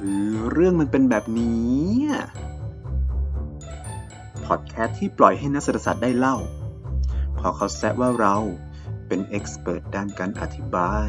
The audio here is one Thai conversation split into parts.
คือเรื่องมันเป็นแบบนี้พอดแคสต์ที่ปล่อยให้นักเศรษฐศาสตร์ได้เล่าพอเขาแซะว่าเราเป็นเอ็กซ์เพิร์ทด้านการอธิบาย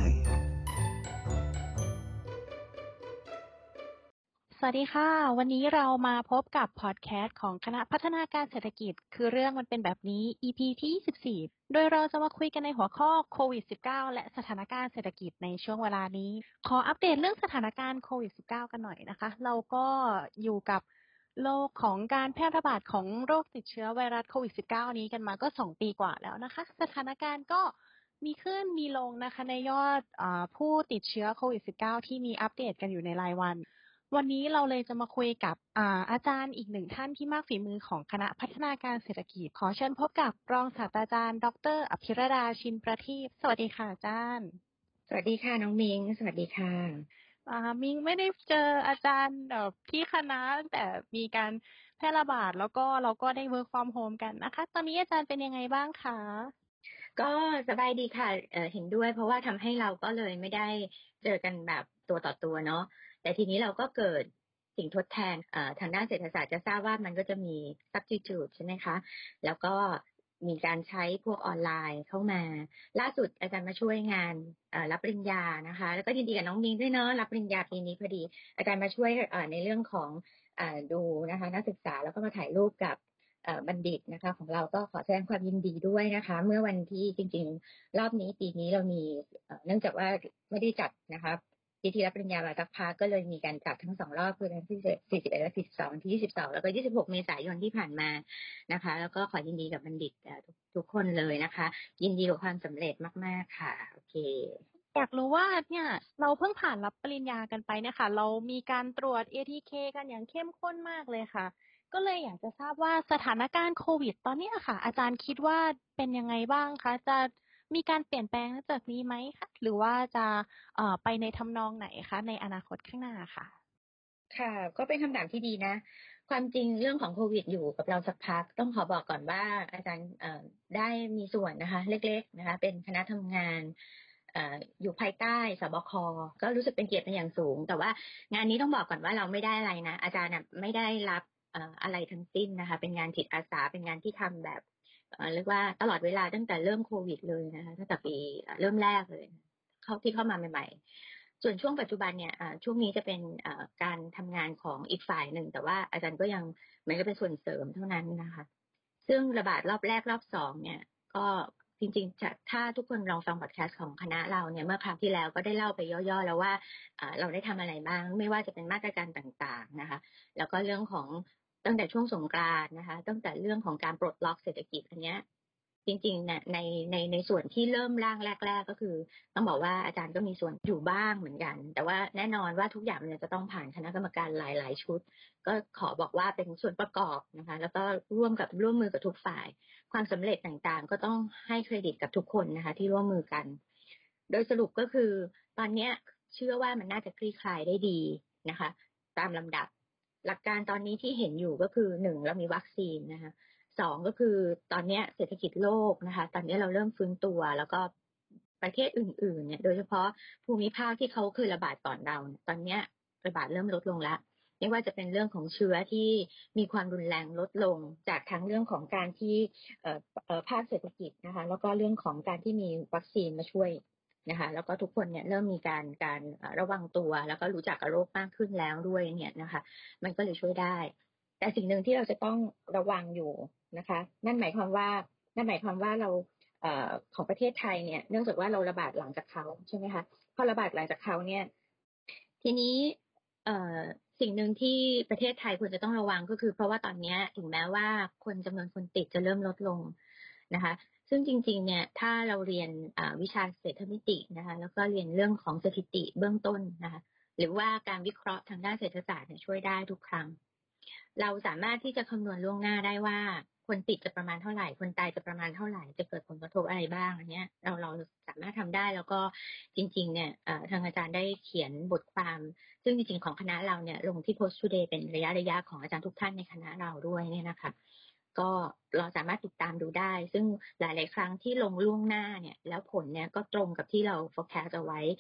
สวัสดีค่ะวันนี้เรามาพบกับพอดแคสต์ของคณะพัฒนาการเศรษฐกิจคือเรื่องมันเป็นแบบนี้ EP ที่24โดยเราจะมาคุยกันในหัวข้อโควิด -19 และสถานการณ์เศรษฐกิจในช่วงเวลานี้ขออัปเดตเรื่องสถานการณ์โควิด -19 กันหน่อยนะคะเราก็อยู่กับโลกของการแพร่ระบาดของโรคติดเชื้อไวรัสโควิด -19 นี้กันมาก็2ปีกว่าแล้วนะคะสถานการณ์ก็มีขึ้นมีลงนะคะในยอดผู้ติดเชื้อโควิด -19 ที่มีอัปเดตกันอยู่ในรายวันวันนี้เราเลยจะมาคุยกับอาจารย์อีกหนึ่งท่านที่มากฝีมือของคณะพัฒนาการเศรษฐกิจขอเชิญพบกับรองศาสตราจารย์ดร.อภิรดาชินประทีปสวัสดีค่ะอาจารย์สวัสดีค่ะน้องมิงสวัสดีค่ะมิงไม่ได้เจออาจารย์ที่คณะตั้งแต่มีการแพร่ระบาดแล้วก็เราก็ได้ work from home กันนะคะตอนนี้อาจารย์เป็นยังไงบ้างคะก็สบายดีค่ะเห็นด้วยเพราะว่าทำให้เราก็เลยไม่ได้เจอกันแบบตัวต่อตัวเนาะแต่ทีนี้เราก็เกิดสิ่งทดแทนทางด้านเศรษฐศาสตร์จะทราบว่ามันก็จะมี substitute ใช่ไหมคะแล้วก็มีการใช้พวกออนไลน์เข้ามาล่าสุดอาจารย์มาช่วยงานรับปริญญานะคะแล้วก็ยินดีกับน้องมิงด้วยเนาะรับปริญญาปีนี้พอดีอาจารย์มาช่วยในเรื่องของดูนะคะนักศึกษาแล้วก็มาถ่ายรูปกับบัณฑิตนะคะของเราก็ขอแสดงความยินดีด้วยนะคะเมื่อวันที่จริงๆรอบนี้ปีนี้เรามีเนื่องจากว่าไม่ได้จัดนะคะปีที่รับปริญญามาสักพักก็เลยมีการจัดทั้ง2รอบคือวันที่41และ42วันที่22แล้วก็26เมษายนที่ผ่านมานะคะแล้วก็ขอยินดีกับบัณฑิตทุกคนเลยนะคะยินดีกับความสำเร็จมากๆค่ะโอเคอยากรู้ว่าเนี่ยเราเพิ่งผ่านรับปริญญากันไปเนี่ยค่ะเรามีการตรวจ ATK กันอย่างเข้มข้นมากเลยค่ะก็เลยอยากจะทราบว่าสถานการณ์โควิดตอนเนี้ยค่ะอาจารย์คิดว่าเป็นยังไงบ้างคะจะมีการเปลี่ยนแปลงหลังจากนี้ไหมคะหรือว่าจะไปในทำนองไหนคะในอนาคตข้างหน้าค่ะค่ะก็เป็นคำถามที่ดีนะความจริงเรื่องของโควิดอยู่กับเราสักพักต้องขอบอกก่อนว่าอาจารย์ได้มีส่วนนะคะเล็กๆนะคะเป็นคณะทำงานอยู่ภายใต้สบคก็รู้สึกเป็นเกียรติเป็นอย่างสูงแต่ว่างานนี้ต้องบอกก่อนว่าเราไม่ได้อะไรนะอาจารย์ไม่ได้รับอะไรทั้งสิ้นนะคะเป็นงานจิตอาสาเป็นงานที่ทำแบบเรียกว่าตลอดเวลาตั้งแต่เริ่มโควิดเลยนะคะตั้งแต่ปีเริ่มแรกเลยเข้ามาใหม่ๆส่วนช่วงปัจจุบันเนี่ยช่วงนี้จะเป็นการทำงานของอีกฝ่ายหนึ่งแต่ว่าอาจารย์ก็ยังเหมือนกับเป็นส่วนเสริมเท่านั้นนะคะซึ่งระบาดรอบแรกรอบสองเนี่ยก็จริงๆถ้าทุกคนลองฟังพอดแคสต์ของคณะเราเนี่ยเมื่อคราวที่แล้วก็ได้เล่าไปย่อๆแล้วว่าเราได้ทำอะไรบ้างไม่ว่าจะเป็นมาตรการต่างๆนะคะแล้วก็เรื่องของตั้งแต่ช่วงสงกรานต์นะคะตั้งแต่เรื่องของการปลดล็อกเศรษฐกิจอันเนี้ยจริงๆเนี่ยในส่วนที่เริ่มร่างแรกๆก็คือต้องบอกว่าอาจารย์ก็มีส่วนอยู่บ้างเหมือนกันแต่ว่าแน่นอนว่าทุกอย่างมันจะต้องผ่านคณะกรรมการหลายๆชุดก็ขอบอกว่าเป็นส่วนประกอบนะคะแล้วก็ร่วมมือกับทุกฝ่ายความสำเร็จต่างๆก็ต้องให้เครดิตกับทุกคนนะคะที่ร่วมมือกันโดยสรุปก็คือตอนนี้เชื่อว่ามันน่าจะคลี่คลายได้ดีนะคะตามลำดับหลักการตอนนี้ที่เห็นอยู่ก็คือ1เรามีวัคซีนนะคะ2ก็คือตอนนี้เศรษฐกิจโลกนะคะตอนนี้เราเริ่มฟื้นตัวแล้วก็ประเทศอื่นๆเนี่ยโดยเฉพาะภูมิภาคที่เขาเคยระบาดก่อนเราตอนนี้ระบาดเริ่มลดลงแล้วไม่ว่าจะเป็นเรื่องของเชื้อที่มีความรุนแรงลดลงจากทั้งเรื่องของการที่ภาคเศรษฐกิจนะคะแล้วก็เรื่องของการที่มีวัคซีนมาช่วยนะคะแล้วก็ทุกคนเนี่ยเริ่มมีการระวังตัวแล้วก็รู้จักกับโรคมากขึ้นแล้วด้วยเนี่ยนะคะมันก็เลยช่วยได้แต่สิ่งหนึ่งที่เราจะต้องระวังอยู่นะคะนั่นหมายความว่าเราของประเทศไทยเนี่ยเนื่องจากว่าเราระบาดหลังจากเขาใช่ไหมคะพอระบาดหลังจากเขาเนี่ยทีนี้สิ่งหนึ่งที่ประเทศไทยควรจะต้องระวังก็คือเพราะว่าตอนนี้ถึงแม้ว่าจำนวนคนติดจะเริ่มลดลงนะคะซึ่งจริงๆเนี่ยถ้าเราเรียนวิชาเศรษฐมิตินะคะแล้วก็เรียนเรื่องของสถิติเบื้องต้นนะคะหรือว่าการวิเคราะห์ทางด้านเศรษฐศาสตร์เนี่ยช่วยได้ทุกครั้งเราสามารถที่จะคำนวณล่วงหน้าได้ว่าคนติดจะประมาณเท่าไหร่คนตายจะประมาณเท่าไหร่จะเกิดผลกระทบอะไรบ้างอันเนี้ยเราสามารถทำได้แล้วก็จริงๆเนี่ยทางอาจารย์ได้เขียนบทความซึ่งจริงๆของคณะเราเนี่ยลงที่ Post Today เป็นระยะของอาจารย์ทุกท่านในคณะเราด้วยเนี่ยนะคะก็เราสามารถติดตามดูได้ซึ่งหลายๆครั้งที่ลงล่วงหน้าเนี่ยแล้วผลเนี่ยก็ตรงกับที่เรา forecast เอาไว้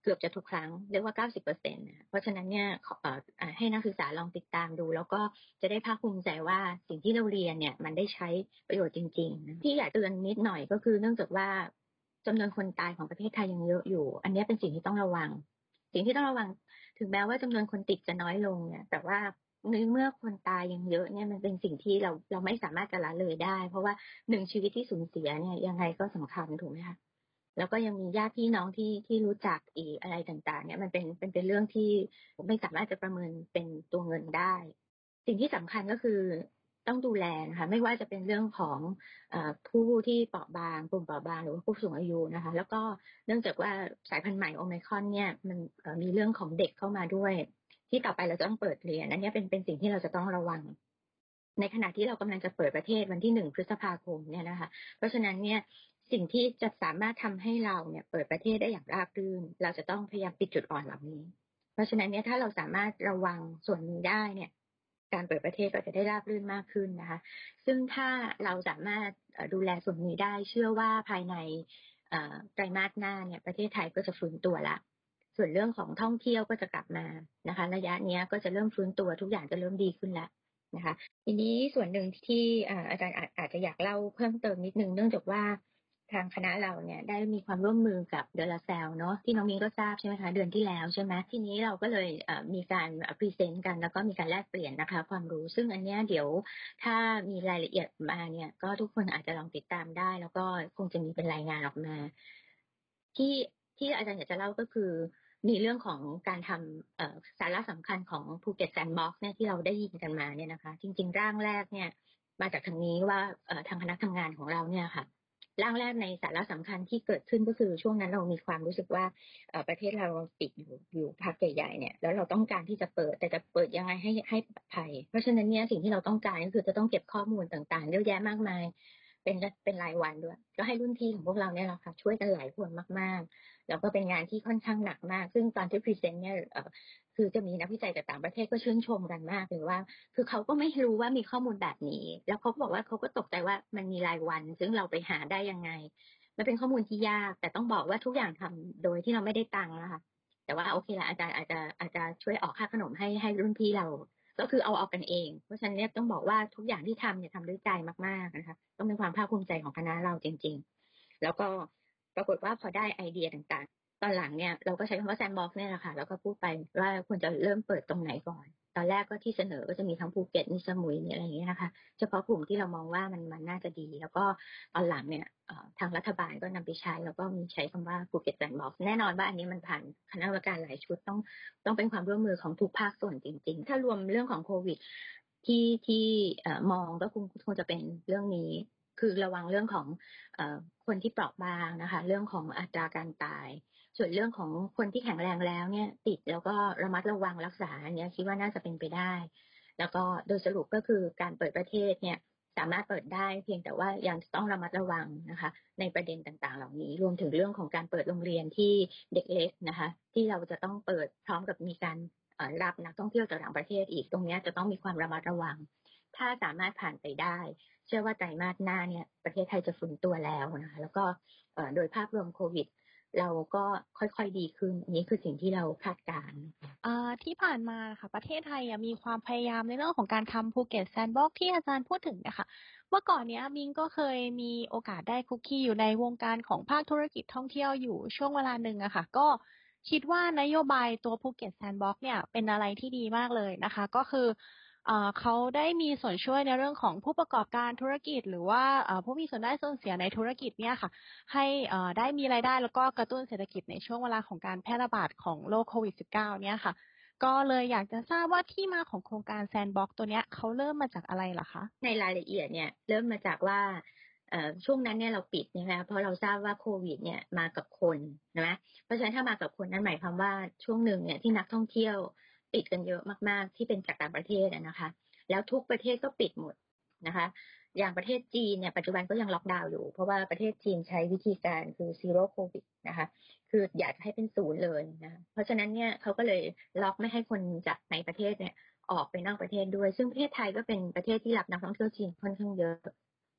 เกือบจะทุกครั้งเรียกว่า 90% นะเพราะฉะนั้นเนี่ยให้นักศึกษาลองติดตามดูแล้วก็จะได้ภาคภูมิใจว่าสิ่งที่เราเรียนเนี่ยมันได้ใช้ประโยชน์จริงๆนะที่อยากเตือนนิดหน่อยก็คือเนื่องจากว่าจำนวนคนตายของประเทศไทยยังเยอะอยู่อันนี้เป็นสิ่งที่ต้องระวังสิ่งที่ต้องระวังถึงแม้ว่าจำนวนคนติดจะน้อยลงเนี่ยแต่ว่าในเมื่อคนตายยังเยอะเนี่ยมันเป็นสิ่งที่เราไม่สามารถจะละเลยได้เพราะว่า1ชีวิตที่สูญเสียเนี่ยยังไงก็สำคัญถูกไหมคะแล้วก็ยังมีญาติพี่น้องที่รู้จักอีกอะไรต่างๆเนี่ยมันเป็นเรื่องที่ไม่สามารถจะประเมินเป็นตัวเงินได้สิ่งที่สำคัญก็คือต้องดูแลนะคะไม่ว่าจะเป็นเรื่องของผู้ที่เปราะบางกลุ่มเปราะบางหรือว่าผู้สูงอายุนะคะแล้วก็เนื่องจากว่าสายพันธุ์ใหม่โอไมครอนเนี่ยมันมีเรื่องของเด็กเข้ามาด้วยที่ต่อไปเราจะต้องเปิดเรียนอันนี้เป็นสิ่งที่เราจะต้องระวังในขณะที่เรากำลังจะเปิดประเทศวันที่1 พฤษภาคมเนี่ยนะคะเพราะฉะนั้นเนี่ยสิ่งที่จะสามารถทำให้เราเนี่ยเปิดประเทศได้อย่างราบรื่นเราจะต้องพยายามปิดจุดอ่อนเหล่านี้เพราะฉะนั้นเนี่ยถ้าเราสามารถระวังส่วนนี้ได้เนี่ยการเปิดประเทศก็จะได้ราบรื่นมากขึ้นนะคะซึ่งถ้าเราสามารถดูแลส่วนนี้ได้เชื่อว่าภายในไตรมาสหน้าเนี่ยประเทศไทยก็จะฟื้นตัวละส่วนเรื่องของท่องเที่ยวก็จะกลับมานะคะระยะนี้ก็จะเริ่มฟื้นตัวทุกอย่างจะเริ่มดีขึ้นแล้วนะคะทีนี้ส่วนหนึ่งที่อาจารย์อาจจะอยากเล่าเพิ่มเติมนิดนึงเนื่องจากว่าทางคณะเราเนี่ยได้มีความร่วมมือกับเดลาเซลเนาะที่น้องมิ้นก็ทราบใช่ไหมคะเดือนที่แล้วใช่ไหมทีนี้เราก็เลยมีการพรีเซนต์กันแล้วก็มีการแลกเปลี่ยนนะคะความรู้ซึ่งอันเนี้ยเดี๋ยวถ้ามีรายละเอียดมาเนี่ยก็ทุกคนอาจจะลองติดตามได้แล้วก็คงจะมีเป็นรายงานออกมาที่อาจารย์อยากจะเล่าก็คือมีเรื่องของการทำสาระสำคัญของภูเก็ตแซนด์บ็อกซ์เนี่ยที่เราได้ยินกันมาเนี่ยนะคะจริงๆร่างแรกเนี่ยมาจากทางนี้ว่าทางคณะทำงานของเราเนี่ยค่ะร่างแรกในสาระสำคัญที่เกิดขึ้นก็คือช่วงนั้นเรามีความรู้สึกว่าประเทศเราปิดอยู่พักใหญ่ๆเนี่ยแล้วเราต้องการที่จะเปิดแต่จะเปิดยังไงให้ปลอดภัยเพราะฉะนั้นเนี่ยสิ่งที่เราต้องการก็คือจะต้องเก็บข้อมูลต่างๆเยอะแยะมากมายเป็นรายวันด้วยก็ให้รุ่นพี่ของพวกเราเนี่ยแหละค่ะช่วยกันหลายคนมากๆแล้วก็เป็นงานที่ค่อนข้างหนักมากซึ่งตอนที่พรีเซนต์เนี่ยคือจะมีนักวิจัยจากต่างประเทศก็ชื่นชมกันมากเลยว่าคือเขาก็ไม่รู้ว่ามีข้อมูลแบบนี้แล้วเขาบอกว่าเขาก็ตกใจว่ามันมีรายวันซึ่งเราไปหาได้ยังไงมันเป็นข้อมูลที่ยากแต่ต้องบอกว่าทุกอย่างทำโดยที่เราไม่ได้ตังค์นะคะแต่ว่าโอเคละอาจารย์อาจจะช่วยออกค่าขนมให้รุ่นพี่เราก็คือเอาออกกันเองเพราะฉะนั้นเนี่ยต้องบอกว่าทุกอย่างที่ทำเนี่ยทำด้วยใจมากๆนะคะต้องเป็นความภาคภูมิใจของคณะเราจริงๆแล้วก็ปรากฏว่าพอได้ไอเดียต่างๆตอนหลังเนี่ยเราก็ใช้คำว่าแซนด์บ็อกซ์เนี่ยแหละค่ะแล้วก็พูดไปว่าควรจะเริ่มเปิดตรงไหนก่อนตอนแรกก็ที่เสนอก็จะมีทั้งภูเก็ตมีสมุยมีอะไรอย่างเงี้ยนะคะเฉพาะกลุ่มที่เรามองว่ามันน่าจะดีแล้วก็ตอนหลังเนี่ยทางรัฐบาลก็นำไปใช้แล้วก็มีใช้คำว่าภูเก็ตแซนด์บ็อกซ์แน่นอนว่าอันนี้มันผ่านคณะกรรมการหลายชุดต้องเป็นความร่วมมือของทุกภาคส่วนจริงๆถ้ารวมเรื่องของโควิดที่มองก็คงจะเป็นเรื่องนี้คือระวังเรื่องของคนที่เปราะบางนะคะเรื่องของอัตราการตายส่วนเรื่องของคนที่แข็งแรงแล้วเนี่ยติดแล้วก็ระมัดระวังรักษาอันนี้คิดว่าน่าจะเป็นไปได้แล้วก็โดยสรุปก็คือการเปิดประเทศเนี่ยสามารถเปิดได้เพียงแต่ว่ายังต้องระมัดระวังนะคะในประเด็นต่างๆเหล่านี้รวมถึงเรื่องของการเปิดโรงเรียนที่เด็กเล็กนะคะที่เราจะต้องเปิดพร้อมกับมีการรับนักท่องเที่ยวจากต่างประเทศอีกตรงนี้จะต้องมีความระมัดระวังถ้าสามารถผ่านไปได้เชื่อว่าไตรมาสหน้าเนี่ยประเทศไทยจะฟื้นตัวแล้วนะคะแล้วก็โดยภาพรวมโควิดเราก็ค่อยๆดีขึ้นอันนี้คือสิ่งที่เราคาดการณ์ที่ผ่านมาค่ะประเทศไทยมีความพยายามในเรื่องของการทำภูเก็ตแซนด์บ็อกซ์ที่อาจารย์พูดถึงนะคะเมื่อก่อนนี้มิงก็เคยมีโอกาสได้คุกคีอยู่ในวงการของภาคธุรกิจท่องเที่ยวอยู่ช่วงเวลาหนึ่งอะค่ะก็คิดว่านโยบายตัวภูเก็ตแซนด์บ็อกซ์เนี่ยเป็นอะไรที่ดีมากเลยนะคะก็คือเขาได้มีส่วนช่วยในเรื่องของผู้ประกอบการธุรกิจหรือว่าผู้มีส่วนได้ส่วนเสียในธุรกิจเนี่ยค่ะให้ได้มีรายได้แล้วก็กระตุ้นเศรษฐกิจในช่วงเวลาของการแพร่ระบาดของโรคโควิด -19 เนี่ยค่ะก็เลยอยากจะทราบว่าที่มาของโครงการแซนด์บ็อกซ์ตัวเนี้ยเขาเริ่มมาจากอะไรเหรอคะในรายละเอียดเนี่ยเริ่มมาจากว่าช่วงนั้นเนี่ยเราปิดนะคะเพราะเราทราบว่าโควิดเนี่ยมากับคนนะเพราะฉะนั้นถ้ามากับคนนั่นหมายความว่าช่วงหนึ่งเนี่ยที่นักท่องเที่ยวปิดกันเยอะมากๆที่เป็นจากต่างประเทศนะคะแล้วทุกประเทศก็ปิดหมดนะคะอย่างประเทศจีนเนี่ยปัจจุบันก็ยังล็อกดาวน์อยู่เพราะว่าประเทศจีนใช้วิธีการคือซีโร่โควิดนะคะคืออยากให้เป็นศูนย์เลยนะเพราะฉะนั้นเนี่ยเขาก็เลยล็อกไม่ให้คนจากในประเทศเนี่ยออกไปนอกประเทศด้วยซึ่งประเทศไทยก็เป็นประเทศที่รับนักท่องเที่ยวจีนค่อนข้างเยอะ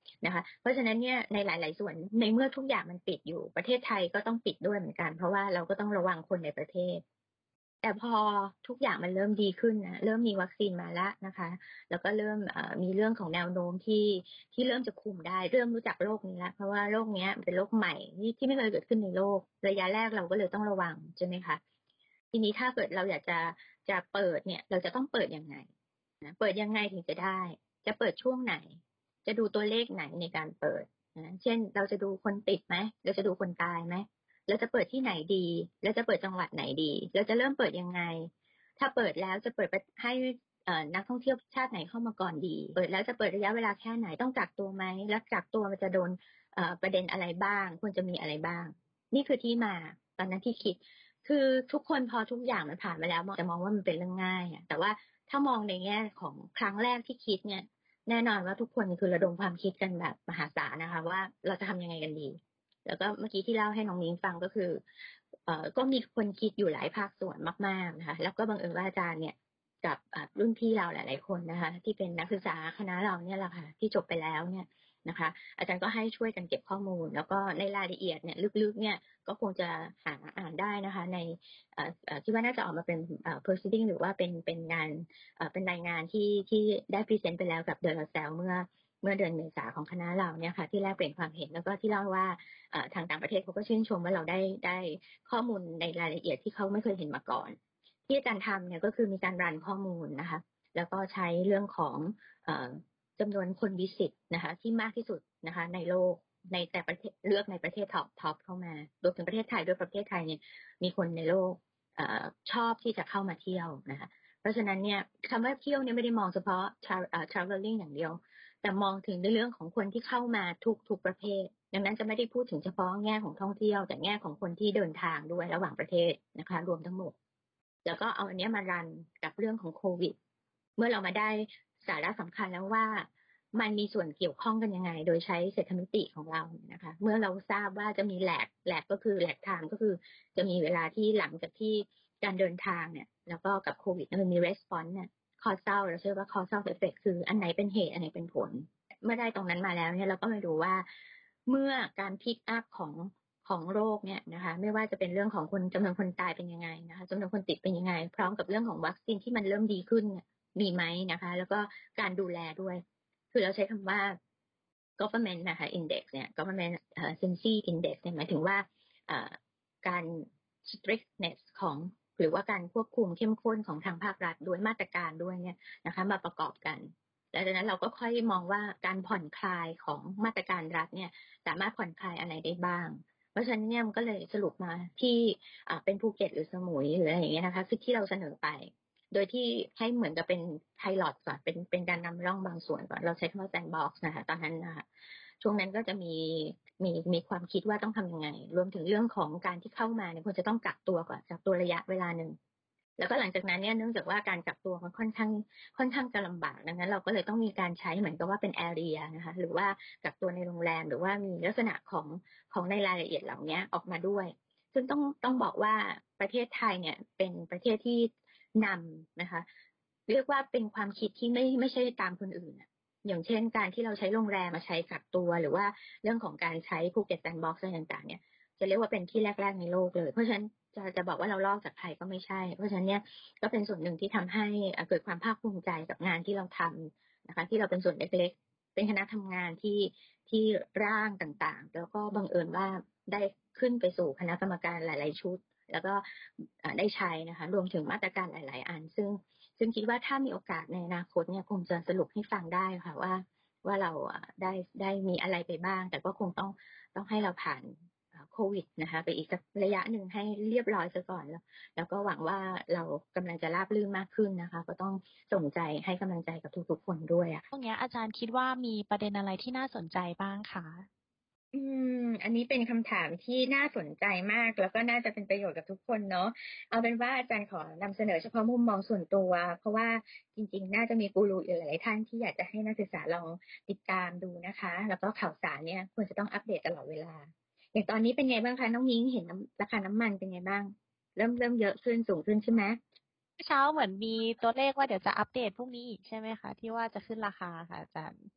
นะคะเพราะฉะนั้นเนี่ยในหลายๆส่วนในเมื่อทุกอย่างมันปิดอยู่ประเทศไทยก็ต้องปิดด้วยเหมือนกันเพราะว่าเราก็ต้องระวังคนในประเทศแต่พอทุกอย่างมันเริ่มดีขึ้นนะเริ่มมีวัคซีนมาแล้วนะคะแล้วก็เริ่มมีเรื่องของแนวโน้มที่เริ่มจะคุมได้เริ่มรู้จักโรคนี้แล้วเพราะว่าโรคนี้เป็นโรคใหม่ที่ไม่เคยเกิดขึ้นในโลกระยะแรกเราก็เลยต้องระวังใช่ไหมคะทีนี้ถ้าเกิดเราอยากจะเปิดเนี่ยเราจะต้องเปิดยังไงนะเปิดยังไงถึงจะได้จะเปิดช่วงไหนจะดูตัวเลขไหนในการเปิดนะเช่นเราจะดูคนติดไหมเราจะดูคนตายไหมเราจะเปิดที่ไหนดีเราจะเปิดจังหวัดไหนดีเราจะเริ่มเปิดยังไงถ้าเปิดแล้วจะเปิดให้นักท่องเที่ยวชาติไหนเข้ามาก่อนดีเปิดแล้วจะเปิดระยะเวลาแค่ไหนต้องกักตัวไหมแล้วกักตัวมันจะโดนประเด็นอะไรบ้างควรจะมีอะไรบ้างนี่คือที่มาตอนนั้นที่คิดคือทุกคนพอทุกอย่างมันผ่านมาแล้วจะมองว่ามันเป็นเรื่องง่ายอะแต่ว่าถ้ามองในแง่ของครั้งแรกที่คิดเนี่ยแน่นอนว่าทุกคนคือระดมความคิดกันแบบมหาศาลนะคะว่าเราจะทำยังไงกันดีแล้วก็เมื่อกี้ที่เล่าให้น้องนิ้งฟังก็คือก็มีคนคิดอยู่หลายภาคส่วนมากๆนะคะแล้วก็บังเอิญว่าอาจารย์เนี่ยกับรุ่นพี่เราหลายๆคนนะคะที่เป็นนักศึกษาคณะเราเนี่ยแหละค่ะที่จบไปแล้วเนี่ยนะคะอาจารย์ก็ให้ช่วยกันเก็บข้อมูลแล้วก็ในรายละเอียดเนี่ยลึกๆเนี่ยก็คงจะหาอ่านได้นะคะในที่ว่าน่าจะออกมาเป็นproceeding หรือว่าเป็นงานเป็นรายงานที่ได้พรีเซนต์ไปแล้วกับเดลาเซลเมื่อเดือนเมษาของคณะเราเนี่ยค่ะที่แลกเปลี่ยนความเห็นแล้วก็ที่เล่าว่าทางต่างประเทศเขาก็ชื่นชมว่าเราได้ข้อมูลในรายละเอียดที่เขาไม่เคยเห็นมาก่อนที่อาจารย์ทำเนี่ยก็คือมีการรันข้อมูลนะคะแล้วก็ใช้เรื่องของจำนวนคนวิสิตนะคะที่มากที่สุดนะคะในโลกในแต่ประเทศเลือกในประเทศท็อปเข้ามารวมถึงประเทศไทยด้วยประเทศไทยเนี่ยมีคนในโลกชอบที่จะเข้ามาเที่ยวนะคะเพราะฉะนั้นเนี่ยคำว่าเที่ยวเนี่ยไม่ได้มองเฉพาะtraveling อย่างเดียวแต่มองถึงในเรื่องของคนที่เข้ามาทุกประเภทดังนั้นจะไม่ได้พูดถึงเฉพาะแง่ของท่องเที่ยวแต่แง่ของคนที่เดินทางด้วยระหว่างประเทศนะคะรวมทั้งหมดแล้วก็เอาอันนี้มารันกับเรื่องของโควิดเมื่อเรามาได้สาระสำคัญแล้วว่ามันมีส่วนเกี่ยวข้องกันยังไงโดยใช้เศรษฐมิติของเรานะคะเมื่อเราทราบว่าจะมีแลกก็คือแลกไทม์ก็คือจะมีเวลาที่หลังจากที่การเดินทางเนี่ยแล้วก็กับโควิดมันมี response เนี่ยcausal เราเชื่อว่า causal effect คืออันไหนเป็นเหตุอันไหนเป็นผลเมื่อได้ตรงนั้นมาแล้วเนี่ยเราก็มาดูว่าเมื่อการพิกอัพของโรคเนี่ยนะคะไม่ว่าจะเป็นเรื่องของคนจำนวนคนตายเป็นยังไงนะคะจำนวนคนติดเป็นยังไงพร้อมกับเรื่องของวัคซีนที่มันเริ่มดีขึ้นมีไหมนะคะแล้วก็การดูแลด้วยคือเราใช้คำว่า government นะคะ index เนี่ย government sensi index เนี่ยหมายถึงว่าการ strictness ของหรือว่าการควบคุมเข้มข้นของทางภาครัฐด้วยมาตรการด้วยเนี่ยนะคะมาประกอบกันแล้วจากนั้นเราก็ค่อยมองว่าการผ่อนคลายของมาตรการรัฐเนี่ยสามารถผ่อนคลายอะไรได้บ้างเพราะฉะนั้นเนี่ยมันก็เลยสรุปมาที่เป็นภูเก็ตหรือสมุยหรืออะไรอย่างเงี้ยนะคะคือที่เราเสนอไปโดยที่ให้เหมือนกับเป็นไพลอตก่อนเป็นการนำร่องบางส่วนก่อนเราใช้คำว่าแซนด์บ็อกซ์นะคะตอนนั้นนะคะช่วงนั้นก็จะมีความคิดว่าต้องทำยังไงรวมถึงเรื่องของการที่เข้ามาเนี่ยควรจะต้องกักตัวก่อนกักตัวระยะเวลาหนึ่งแล้วก็หลังจากนั้นเนี่ยเนื่องจากว่าการกักตัวมันค่อนข้างจะลำบากดังนั้นเราก็เลยต้องมีการใช้เหมือนกับว่าเป็นแอเรียนะคะหรือว่ากักตัวในโรงแรมหรือว่ามีลักษณะของในรายละเอียดเหล่านี้ออกมาด้วยซึ่งต้องบอกว่าประเทศไทยเนี่ยเป็นประเทศที่นำนะคะเรียกว่าเป็นความคิดที่ไม่ใช่ตามคนอื่นอย่างเช่นการที่เราใช้โรงแรมมาใช้กักตัวหรือว่าเรื่องของการใช้ภูเก็ตแซนด์บ็อกซ์อะไรต่างๆเนี่ยจะเรียกว่าเป็นที่แรกๆในโลกเลยเพราะฉะนั้นจะบอกว่าเราลอกจากใครก็ไม่ใช่เพราะฉะนั้นเนี่ยก็เป็นส่วนหนึ่งที่ทำให้เกิดความภาคภูมิใจกับงานที่เราทำนะคะที่เราเป็นส่วนเล็กๆเป็นคณะทำงานที่ร่างต่างๆแล้วก็บังเอิญว่าได้ขึ้นไปสู่คณะกรรมการหลายๆชุดแล้วก็ได้ใช้นะคะรวมถึงมาตรการหลายๆอันซึ่งคิดว่าถ้ามีโอกาสในอนาคตเนี่ยคงจะสรุปให้ฟังได้ค่ะว่าเราได้มีอะไรไปบ้างแต่ก็คงต้องให้เราผ่านโควิดนะคะไปอีกสักระยะหนึ่งให้เรียบร้อยซะก่อนแล้วก็หวังว่าเรากำลังจะราบรื่นมากขึ้นนะคะก็ต้องส่งใจให้กำลังใจกับทุกๆคนด้วยตรงนี้อาจารย์คิดว่ามีประเด็นอะไรที่น่าสนใจบ้างคะอันนี้เป็นคำถามที่น่าสนใจมากแล้วก็น่าจะเป็นประโยชน์กับทุกคนเนาะเอาเป็นว่าอาจารย์ขอนำเสนอเฉพาะมุมมองส่วนตัวเพราะว่าจริงๆน่าจะมีกูรูอีกหลายๆท่านที่อยากจะให้นักศึกษาลองติดตามดูนะคะแล้วก็ข่าวสารเนี่ยควรจะต้องอัปเดตตลอดเวลาอย่างตอนนี้เป็นไงบ้างคะน้องนิ้งเห็นราคาน้ำมันเป็นไงบ้างเริ่มเยอะขึ้นสูงขึ้นใช่ไหมเช้าเหมือนมีตัวเลขว่าเดี๋ยวจะอัปเดตพรุ่งนี้อีกใช่ไหมคะที่ว่าจะขึ้นราคาค่ะอาจารย์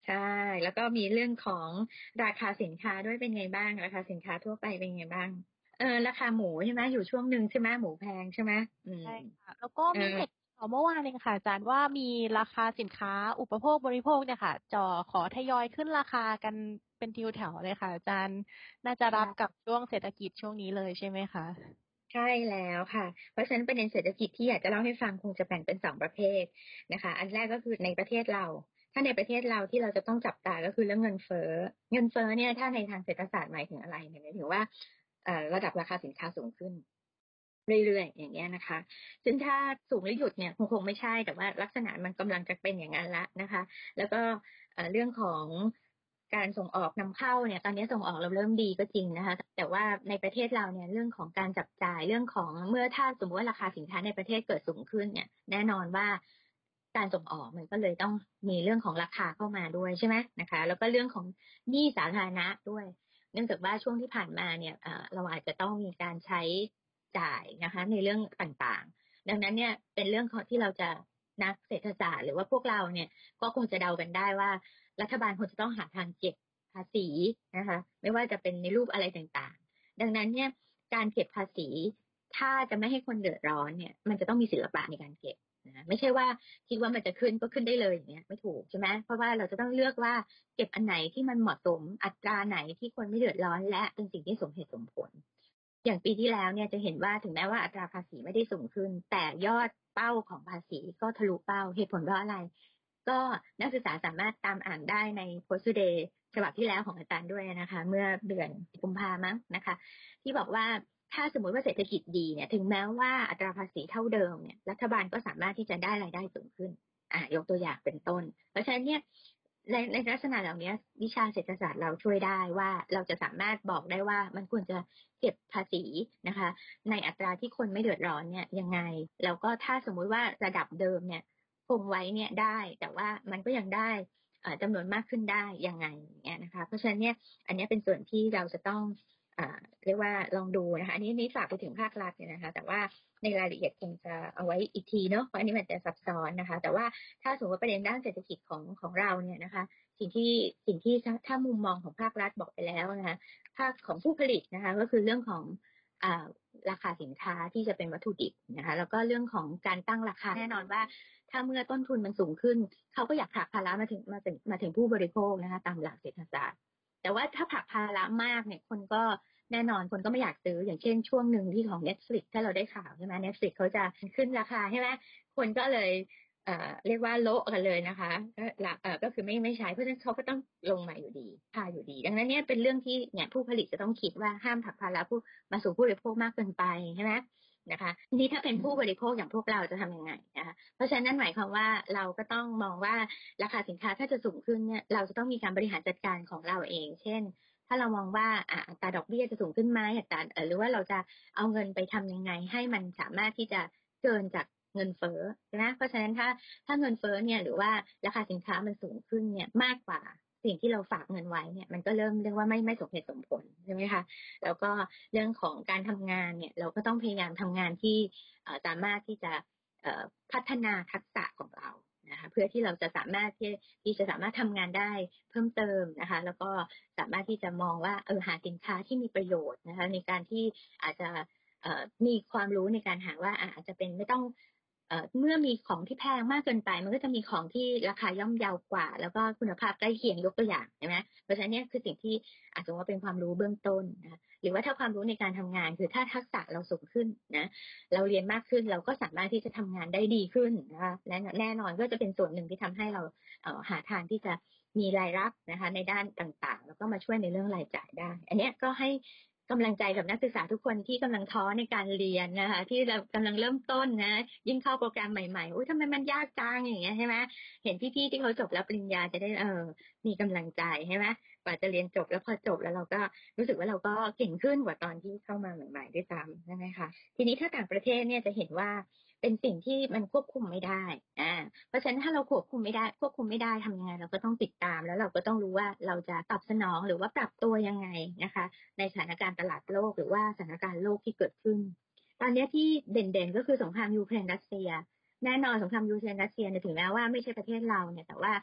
ใช่แล้วก็มีเรื่องของราคาสินค้าด้วยเป็นไงบ้างราคาสินค้าทั่วไปเป็นไงบ้างราคาหมูใช่ไหมอยู่ช่วงหนึ่งใช่ไหมหมูแพงใช่ไหมใช่ค่ะแล้วก็เออมีเหตุเมื่อวานเองค่ะอาจารย์ว่ามีราคาสินค้าอุปโภคบริโภคเนี่ยค่ะขอทยอยขึ้นราคากันเป็นทิวแถวเลยค่ะอาจารย์น่าจะรับกับช่วงเศรษฐกิจช่วงนี้เลยใช่ไหมคะใช่แล้วค่ะเพราะฉะนั้นประเด็นเศรษฐกิจที่อยากจะเล่าให้ฟังคงจะแบ่งเป็น2ประเภทนะคะอันแรกก็คือในประเทศเราถ้าในประเทศเราที่เราจะต้องจับตาก็คือเรื่องเงินเฟ้อเงินเฟ้อเนี่ยถ้าในทางเศรษฐศาสตร์หมายถึงอะไรเนี่ยหมายถึงว่าระดับราคาสินค้าสูงขึ้นเรื่อยๆอย่างเงี้ยนะคะซึ่งถ้าสูงแล้วหยุดเนี่ยคงไม่ใช่แต่ว่าลักษณะมันกำลังจะเป็นอย่างนั้นละนะคะแล้วก็เรื่องของการส่งออกนำเข้าเนี่ยตอนนี้ส่งออกเราเริ่มดีก็จริงนะคะแต่ว่าในประเทศเราเนี่ยเรื่องของการจับจ่ายเรื่องของเมื่อถ้าสมมติว่าราคาสินค้าในประเทศเกิดสูงขึ้นเนี่ยแน่นอนว่าการส่งออกมันก็เลยต้องมีเรื่องของราคาเข้ามาด้วยใช่ไหมนะคะแล้วก็เรื่องของหนี้สาธารณะด้วยเนื่องจากว่าช่วงที่ผ่านมาเนี่ยเราอาจจะต้องมีการใช้จ่ายนะคะในเรื่องต่างๆดังนั้นเนี่ยเป็นเรื่องของที่เราจะนักเศรษฐศาสตร์หรือว่าพวกเราเนี่ยก็คงจะเดากันได้ว่ารัฐบาลควรจะต้องหาทางเก็บภาษีนะคะไม่ว่าจะเป็นในรูปอะไรต่างๆดังนั้นเนี่ยการเก็บภาษีถ้าจะไม่ให้คนเดือดร้อนเนี่ยมันจะต้องมีศิลปะในการเก็บนะไม่ใช่ว่าคิดว่ามันจะขึ้นก็ขึ้นได้เลยอย่างเงี้ยไม่ถูกใช่ไหมเพราะว่าเราจะต้องเลือกว่าเก็บอันไหนที่มันเหมาะสมอัตราไหนที่คนไม่เดือดร้อนและเป็นสิ่งที่สมเหตุสมผลอย่างปีที่แล้วเนี่ยจะเห็นว่าถึงแม้ว่าอัตราภาษีไม่ได้สูงขึ้นแต่ยอดเป้าของภาษีก็ทะลุเป้าเหตุผลเพราะอะไรก็นักศึกษาสามารถตามอ่านได้ใน Post Today ฉบับที่แล้วของอาจารย์ด้วยนะคะเมื่อเดือนกุมภาพันธ์มั้งนะคะที่บอกว่าถ้าสมมติว่าเศรษฐกิจดีเนี่ยถึงแม้ว่าอัตราภาษีเท่าเดิมเนี่ยรัฐบาลก็สามารถที่จะได้รายได้สูงขึ้นยกตัวอย่างเป็นต้นเพราะฉะนั้นเนี่ยในลักษณะเหล่านี้วิชาเศรษฐศาสตร์เราช่วยได้ว่าเราจะสามารถบอกได้ว่ามันควรจะเก็บภาษีนะคะในอัตราที่คนไม่เดือดร้อนเนี่ยยังไงแล้วก็ถ้าสมมุติว่าระดับเดิมเนี่ยคงไว้เนี่ยได้แต่ว่ามันก็ยังได้จำนวนมากขึ้นได้ยังไงอย่างเงี้ยนะคะเพราะฉะนั้นเนี่ยอันนี้เป็นส่วนที่เราจะต้องเรียกว่าลองดูนะคะอันนี้ฝากไปถึงภาครัฐเนี่ยนะคะแต่ว่าในรายละเอียดคงจะเอาไว้อีกทีเนาะเพราะอันนี้มันจะซับซ้อนนะคะแต่ว่าถ้าสมมติว่าประเด็นด้านเศรษฐกิจของเราเนี่ยนะคะสิ่งที่ถ้ามุมมองของภาครัฐบอกไปแล้วนะคะภาคของผู้ผลิตนะคะก็คือเรื่องของราคาสินค้าที่จะเป็นวัตถุดิบนะคะแล้วก็เรื่องของการตั้งราคาแน่นอนว่าถ้าเมื่อต้นทุนมันสูงขึ้นเขาก็อยากผลักภาระมาถึงผู้บริโภคนะคะตามหลักเศรษฐศาสตร์แต่ว่าถ้าผลักภาระมากเนี่ยคนก็แน่นอนคนก็ไม่อยากซื้ออย่างเช่นช่วงหนึ่งที่ของ Netflix ถ้าเราได้ข่าวใช่ไหม Netflix เขาจะขึ้นราคาใช่ไหมคนก็เลยเรียกว่าโละกันเลยนะคะก็คือไม่ใช้เพราะฉะนั้นเขาก็ต้องลงมาอยู่ดีค่าอยู่ดีดังนั้นเนี่ยเป็นเรื่องที่เนี่ยผู้ผลิตจะต้องคิดว่าห้ามผลักภาระผู้มาสู่ผู้บริโภคมากเกินไปใช่ไหมนะคะทีนี้ถ้าเป็นผู้บริโภคอย่างพวกเราจะทำยังไงนะคะเพราะฉะนั้นหมายความว่าเราก็ต้องมองว่าราคาสินค้าถ้าจะสูงขึ้นเนี่ยเราจะต้องมีการบริหารจัดการของเราเองเช่นถ้าเรามองว่าอัตราดอกเบี้ยจะสูงขึ้นไหมหรือว่าเราจะเอาเงินไปทำยังไงให้มันสามารถที่จะเกินจากเงินเฟ้อนะเพราะฉะนั้นถ้าเงินเฟ้อเนี่ยหรือว่าราคาสินค้ามันสูงขึ้นเนี่ยมากกว่าสิ่งที่เราฝากเงินไว้เนี่ยมันก็เริ่มเรียกว่าไม่สมเหตุสมผลใช่ไหมคะแล้วก็เรื่องของการทำงานเนี่ยเราก็ต้องพยายามทำงานที่สามารถที่จะพัฒนาทักษะของเรานะคะเพื่อที่เราจะสามารถที่จะสามารถทำงานได้เพิ่มเติมนะคะแล้วก็สามารถที่จะมองว่าหาสินค้าที่มีประโยชน์นะคะในการที่อาจจะมีความรู้ในการหาว่าอาจจะเป็นไม่ต้องเมื่อมีของที่แพงมากเกินไปมันก็จะมีของที่ราคาย่อมเยาวกว่าแล้วก็คุณภาพใกล้เคียงยกตัวอย่างใช่ไหมเพราะฉะนั้นเนี่ยคือสิ่งที่อาจจะว่าเป็นความรู้เบื้องต้นนะหรือว่าถ้าความรู้ในการทำงานคือถ้าทักษะเราสูงขึ้นนะเราเรียนมากขึ้นเราก็สามารถที่จะทำงานได้ดีขึ้นนะคะและแน่นอนก็จะเป็นส่วนหนึ่งที่ทำให้เราหาทางที่จะมีรายรับนะคะในด้านต่างๆแล้วก็มาช่วยในเรื่องรายจ่ายได้อันนี้ก็ให้กำลังใจกับนักศึกษาทุกคนที่กำลังท้อในการเรียนนะคะที่เรากำลังเริ่มต้นนะยิ่งเข้าโปรแกรมใหม่ๆอุ้ยทำไมมันยากจังอย่างเงี้ยใช่ไหมเห็นพี่ๆที่เขาจบแล้วปริญญาจะได้มีกำลังใจใช่ไหมกว่าจะเรียนจบแล้วพอจบแล้วเราก็รู้สึกว่าเราก็เก่งขึ้นกว่าตอนที่เข้ามาใหม่ๆด้วยซ้ำใช่ไหมคะทีนี้ถ้าต่างประเทศเนี่ยจะเห็นว่าเป็นสิ่งที่มันควบคุมไม่ได้เพราะฉะนั้นถ้าเราควบคุมไม่ได้ทำยังไงเราก็ต้องติดตามแล้วเราก็ต้องรู้ว่าเราจะตอบสนองหรือว่าปรับตัวยังไงนะคะในสถานการณ์ตลาดโลกหรือว่าสถานการณ์โลกที่เกิดขึ้นตอนนี้ที่เด่นๆก็คือสงครามยูเครนรัสเซียแน่นอนสงครามยูเครนรัสเซียเนี่ยถึงแม้ว่าไม่ใช่ประเทศเราเนี่ยแต่ว่า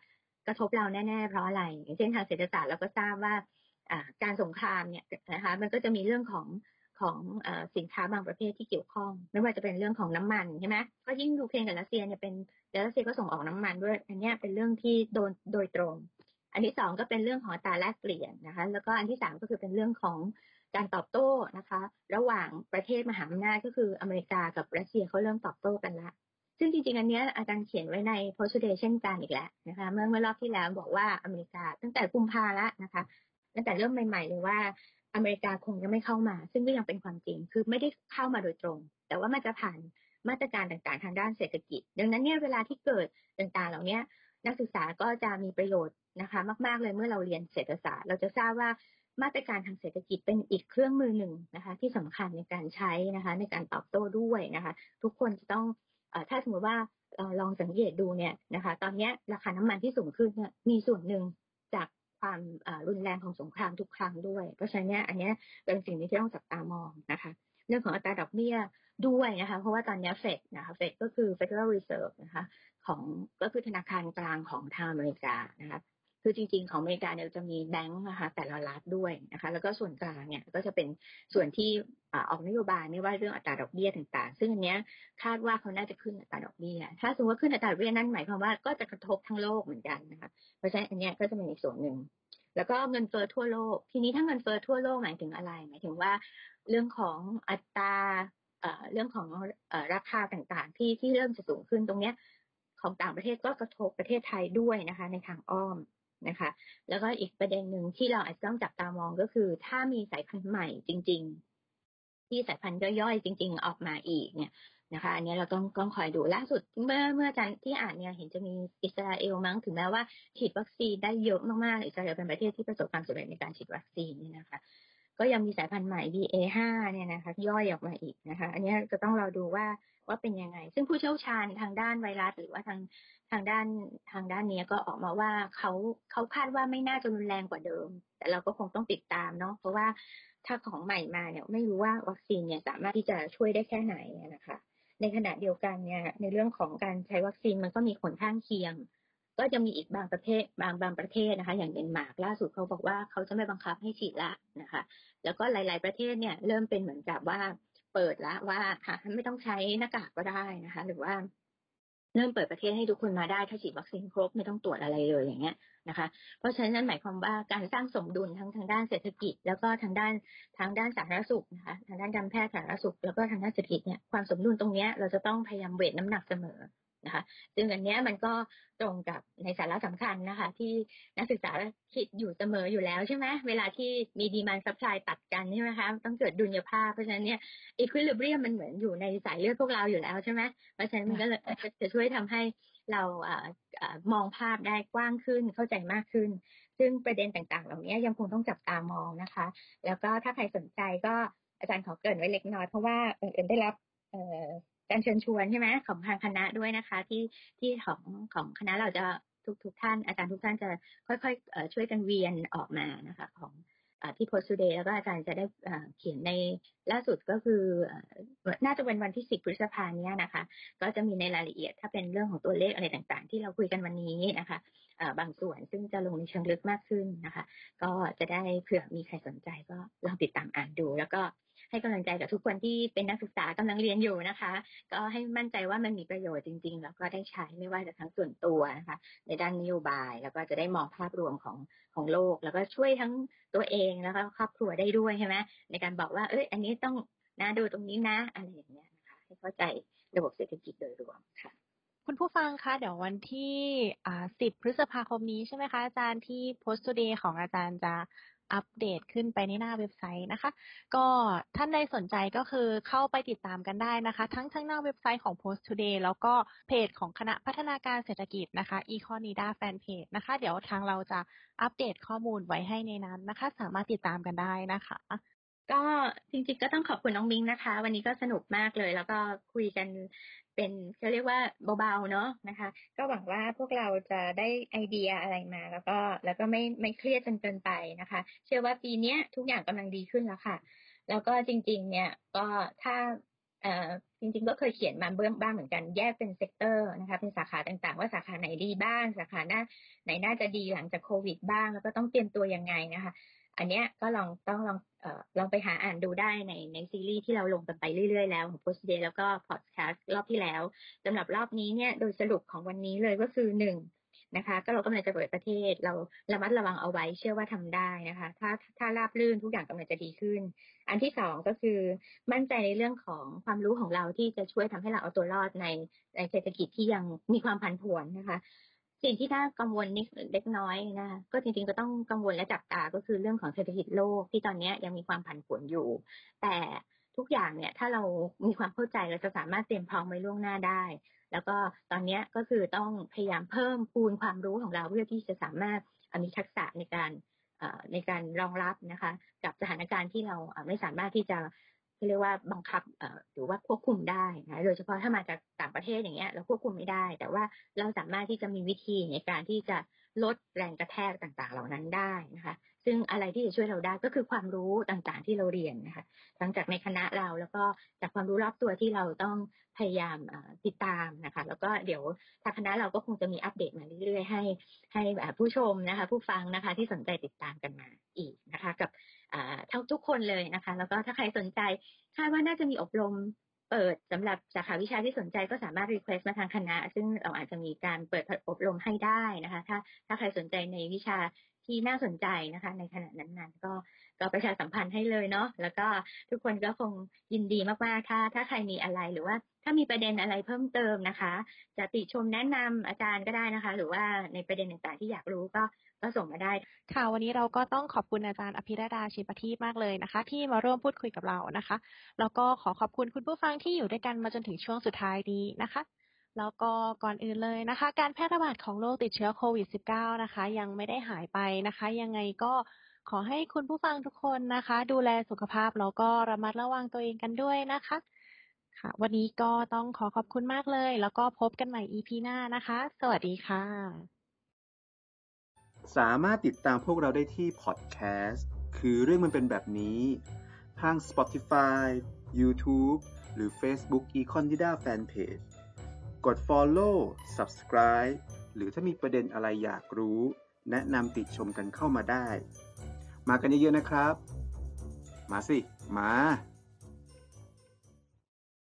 กระทบเราแน่ๆเพราะอะไรอย่างเช่นทางเศรษฐศาสตร์เราก็ทราบว่าการสงครามเนี่ยนะคะมันก็จะมีเรื่องของสินค้าบางประเภทที่เกี่ยวข้องไม่ว่าจะเป็นเรื่องของน้ำมันใช่ไหมก็ยิ่งยูเครนกับรัสเซียเนี่ยเป็นรัสเซียก็ส่งออกน้ำมันด้วยอันนี้เป็นเรื่องที่โดยตรงอันที่สองก็เป็นเรื่องของอัตราแลกเปลี่ยนนะคะแล้วก็อันที่สามก็คือเป็นเรื่องของการตอบโต้นะคะระหว่างประเทศมหาอำนาจก็คืออเมริกากับรัสเซียเขาเริ่มตอบโต้กันแล้วซึ่งจริงๆอันนี้อาจารย์เขียนไว้ใน Post Today เช่นกันอีกแล้วนะคะเมื่อรอบที่แล้วบอกว่าอเมริกาตั้งแต่กุมภาแล้วนะคะตั้งแต่เริ่มใหม่ๆเลยว่าอเมริกาคงจะไม่เข้ามาซึ่งก็ยังเป็นความจริงคือไม่ได้เข้ามาโดยตรงแต่ว่ามันจะผ่านมาตรการต่างๆทางด้านเศรษฐกิจดังนั้นเนี่ยเวลาที่เกิดต่างๆเหล่านี้นักศึกษาก็จะมีประโยชน์นะคะมากๆเลยเมื่อเราเรียนเศรษฐศาสตร์เราจะทราบว่ามาตรการทางเศรษฐกิจเป็นอีกเครื่องมือหนึ่งนะคะที่สำคัญในการใช้นะคะในการตอบโต้ด้วยนะคะทุกคนจะต้องถ้าสมมติว่าลองสังเกตดูเนี่ยนะคะตอนนี้ราคาน้ำมันที่สูงขึ้นเนี่ยมีส่วนหนึ่งจากความรุนแรงของสงครามทุกครั้งด้วยเพราะฉะนั้นอันนี้เป็นสิ่งที่ต้องจับตามองนะคะเรื่องของอัตราดอกเบี้ยด้วยนะคะเพราะว่าตอนนี้เฟดนะคะเฟดก็คือ Federal Reserve นะคะของก็คือธนาคารกลางของทางอเมริกานะคะคือจริงๆของอเมริกาเนี่ยจะมีแบงก์นะคะแต่ละรัฐด้วยนะคะแล้วก็ส่วนกลางเนี่ยก็จะเป็นส่วนที่ออกนโยบายไม่ว่าเรื่องอัตราดอกเบี้ยต่างๆซึ่งอันเนี้ยคาดว่าเขาน่าจะขึ้นอัตราดอกเบี้ยถ้าสมมติว่าขึ้นอัตราดอกเบี้ยนั่นหมายความว่าก็จะกระทบทั้งโลกเหมือนกันนะคะเพราะฉะนั้นอันเนี้ยก็จะเป็นอีกส่วนหนึ่งแล้วก็เงินเฟ้อทั่วโลกทีนี้ถ้าเงินเฟ้อทั่วโลกหมายถึงอะไรหมายถึงว่าเรื่องของอัตราเรื่องของราคาต่างๆที่เริ่มจะสูงขึ้นตรงเนี้ยของต่างประเทศก็กระทบประเทศไทยด้วยนะคะในทางอ้อมนะคะแล้วก็อีกประเด็นหนึ่งที่เราอาจจะต้องจับตามองก็คือถ้ามีสายพันธุ์ใหม่จริงๆที่สายพันธุ์ย่อยๆจริงๆออกมาอีกเนี่ยนะคะอันนี้เราต้องคอยดูล่าสุดเมื่ออาจารย์ที่อ่านเนี่ยเห็นจะมีอิสราเอลมั้งถึงแม้ว่าฉีดวัคซีนได้เยอะมากๆอิสราเอลเป็นประเทศที่ประสบความสำเร็จในการฉีดวัคซีนนี่นะคะก็ยังมีสายพันธุ์ใหม่ BA.5 เนี่ยนะคะย่อยออกมาอีกนะคะอันนี้จะต้องเราดูว่าเป็นยังไงซึ่งผู้เชี่ยวชาญทางด้านไวรัสหรือว่าทางด้านนี้ก็ออกมาว่าเขาคาดว่าไม่น่าจะรุนแรงกว่าเดิมแต่เราก็คงต้องติดตามเนาะเพราะว่าถ้าของใหม่มาเนี่ยไม่รู้ว่าวัคซีนเนี่ยสามารถที่จะช่วยได้แค่ไหนนะคะในขณะเดียวกันเนี่ยในเรื่องของการใช้วัคซีนมันก็มีผลข้างเคียงก็จะมีอีกบางประเทศนะคะอย่างเดนมาร์กล่าสุดเขาบอกว่าเขาจะไม่บังคับให้ฉีดละนะคะแล้วก็หลายๆประเทศเนี่ยเริ่มเป็นเหมือนกับว่าเปิดละว่าไม่ต้องใช้หน้ากากก็ได้นะคะหรือว่าเริ่มเปิดประเทศให้ทุกคนมาได้ถ้าฉีดวัคซีนครบไม่ต้องตรวจอะไรเลยอย่างเงี้ยนะคะเพราะฉะนั้นหมายความว่าการสร้างสมดุลทั้งทางด้านเศรษฐกิจแล้วก็ทางด้านสาธารณสุขนะคะทางด้านการแพทย์สาธารณสุขแล้วก็ทางด้านเศรษฐกิจเนี่ยความสมดุลตรงนี้เราจะต้องพยายามเวทน้ำหนักเสมอนะคะซึ่งอันนี้มันก็ตรงกับในสาระสำคัญนะคะที่นักศึกษาคิดอยู่เสมออยู่แล้วใช่ไหมเวลาที่มีดีมานด์ซัพพลายตัดกันใช่ไหมคะต้องเกิดดุลยภาพเพราะฉะนั้นเนี่ยอีควิลิเบรียมมันเหมือนอยู่ในสายเลือดพวกเราอยู่แล้วใช่ไหมเพราะฉะนั้นมันก็จะช่วยทำให้เรามองภาพได้กว้างขึ้นเข้าใจมากขึ้นซึ่งประเด็นต่างๆเหล่านี้ยังคงต้องจับตามองนะคะแล้วก็ถ้าใครสนใจก็อาจารย์ขอเกริ่นไว้เล็กน้อยเพราะว่าได้รับการเชิญชวนใช่ไหมของทางคณะด้วยนะคะที่ของคณะเราจะทุกท่านอาจารย์ทุกท่านจะค่อยๆช่วยกันเวียนออกมานะคะของที่ Post Today แล้วก็อาจารย์จะได้เขียนในล่าสุดก็คือน่าจะเป็นวันที่10 พฤษภาคมนี้นะคะก็จะมีในรายละเอียดถ้าเป็นเรื่องของตัวเลขอะไรต่างๆที่เราคุยกันวันนี้นะคะบางส่วนซึ่งจะลงในเชิงลึกมากขึ้นนะคะก็จะได้เผื่อมีใครสนใจก็ลองติดตามอ่านดูแล้วก็ให้กำลังใจกับทุกคนที่เป็นนักศึกษากำลังเรียนอยู่นะคะก็ให้มั่นใจว่ามันมีประโยชน์จริงๆแล้วก็ได้ใช้ไม่ว่าจะทั้งส่วนตัวนะคะในด้านนโยบายแล้วก็จะได้มองภาพรวมของโลกแล้วก็ช่วยทั้งตัวเองแล้วก็ครอบครัวได้ด้วยใช่ไหมในการบอกว่าอันนี้ต้องนะดูตรงนี้นะอะไรอย่างเงี้ยนะคะให้เข้าใจระบบเศรษฐกิจโดยรวมค่ะคุณผู้ฟังคะเดี๋ยววันที่10 พฤษภาคมนี้ใช่ไหมคะอาจารย์ที่ Post Today ของอาจารย์จะอัปเดตขึ้นไปในหน้าเว็บไซต์นะคะก็ท่านใดสนใจก็คือเข้าไปติดตามกันได้นะคะทั้งหน้าเว็บไซต์ของ Post Today แล้วก็เพจของคณะพัฒนาการเศรษฐกิจนะคะ Econida Fanpage นะคะเดี๋ยวทางเราจะอัปเดตข้อมูลไว้ให้ในนั้นนะคะสามารถติดตามกันได้นะคะก็จริงๆก็ต้องขอบคุณน้องมิ้งนะคะวันนี้ก็สนุกมากเลยแล้วก็คุยกันเป็นเขาเรียกว่าเบาๆเนาะนะคะก็หวังว่าพวกเราจะได้ไอเดียอะไรมาแล้วก็ไม่เครียดจนเกินไปนะคะเชื่อว่าปีนี้ทุกอย่างกำลังดีขึ้นแล้วค่ะแล้วก็จริงๆเนี่ยก็ถ้าจริงๆก็เคยเขียนมาบ้างเหมือนกันแยกเป็นเซกเตอร์นะคะเป็นสาขาต่างๆว่าสาขาไหนดีบ้างสาขาไหนน่าจะดีหลังจากโควิดบ้างแล้วก็ต้องเตรียมตัวยังไงนะคะอันเนี้ยก็ลองไปหาอ่านดูได้ในซีรีส์ที่เราลงกันไปเรื่อยๆแล้วของ Post Day แล้วก็พอดแคสต์รอบที่แล้วสำหรับรอบนี้เนี่ยโดยสรุปของวันนี้เลยก็คือ1นะคะก็เรากำลังจะเปิดประเทศเราระมัดระวังเอาไว้เชื่อว่าทำได้นะคะถ้าราบรื่นทุกอย่างกำลังจะดีขึ้นอันที่2ก็คือมั่นใจในเรื่องของความรู้ของเราที่จะช่วยทำให้เราเอาตัวรอดในเศรษฐกิจที่ยังมีความผันผวนนะคะสิ่งที่น่ากังวลนิดเล็กน้อยนะคะก็จริงๆก็ต้องกังวลและจับตาก็คือเรื่องของเศรษฐกิจโลกที่ตอนนี้ยังมีความผันผวนอยู่แต่ทุกอย่างเนี่ยถ้าเรามีความเข้าใจเราจะสามารถเตรียมพร้อมไว้ล่วงหน้าได้แล้วก็ตอนนี้ก็คือต้องพยายามเพิ่มพูนความรู้ของเราเพื่อที่จะสามารถมีทักษะในการรองรับนะคะกับสถานการณ์ที่เราไม่สามารถที่จะเรียกว่าบังคับหรือว่าควบคุมได้นะโดยเฉพาะถ้ามาจากต่างประเทศอย่างเงี้ยเราควบคุมไม่ได้แต่ว่าเราสามารถที่จะมีวิธีในการที่จะลดแรงกระแทกต่างๆเหล่านั้นได้นะคะซึ่งอะไรที่จะช่วยเราได้ก็คือความรู้ต่างๆที่เราเรียนนะคะทั้งจากในคณะเราแล้วก็จากความรู้รอบตัวที่เราต้องพยายามติดตามนะคะแล้วก็เดี๋ยวทางคณะเราก็คงจะมีอัปเดตมาเรื่อยๆให้ผู้ชมนะคะผู้ฟังนะคะที่สนใจติดตามกันมาอีกนะคะกับทั้งทุกคนเลยนะคะแล้วก็ถ้าใครสนใจคาดว่าน่าจะมีอบรมเปิดสำหรับสาขาวิชาที่สนใจก็สามารถ request มาทางคณะซึ่งเราอาจจะมีการเปิดอบรมให้ได้นะคะถ้าใครสนใจในวิชาที่น่าสนใจนะคะในขณะนั้นๆก็ประชาสัมพันธ์ให้เลยเนาะแล้วก็ทุกคนก็คงยินดีมากๆถ้าใครมีอะไรหรือว่าถ้ามีประเด็นอะไรเพิ่มเติมนะคะจะติชมแนะนำอาจารย์ก็ได้นะคะหรือว่าในประเด็นต่างๆที่อยากรู้ก็ส่งมาได้ค่ะวันนี้เราก็ต้องขอบคุณอาจารย์อภิรดาชิปทีปมากเลยนะคะที่มาร่วมพูดคุยกับเรานะคะแล้วก็ขอบคุณคุณผู้ฟังที่อยู่ด้วยกันมาจนถึงช่วงสุดท้ายนี้นะคะแล้วก็ก่อนอื่นเลยนะคะการแพร่ระบาดของโรคติดเชื้อโควิด -19 นะคะยังไม่ได้หายไปนะคะยังไงก็ขอให้คุณผู้ฟังทุกคนนะคะดูแลสุขภาพแล้วก็ระมัดระวังตัวเองกันด้วยนะคะค่ะวันนี้ก็ต้องขอบคุณมากเลยแล้วก็พบกันใหม่ EP หน้านะคะสวัสดีค่ะสามารถติดตามพวกเราได้ที่พอดแคสต์คือเรื่องมันเป็นแบบนี้ทาง Spotify, YouTube หรือ Facebook Econdida Fanpage กด Follow, Subscribe หรือถ้ามีประเด็นอะไรอยากรู้แนะนำติชมกันเข้ามาได้มากันเยอะๆนะครับมาสิมา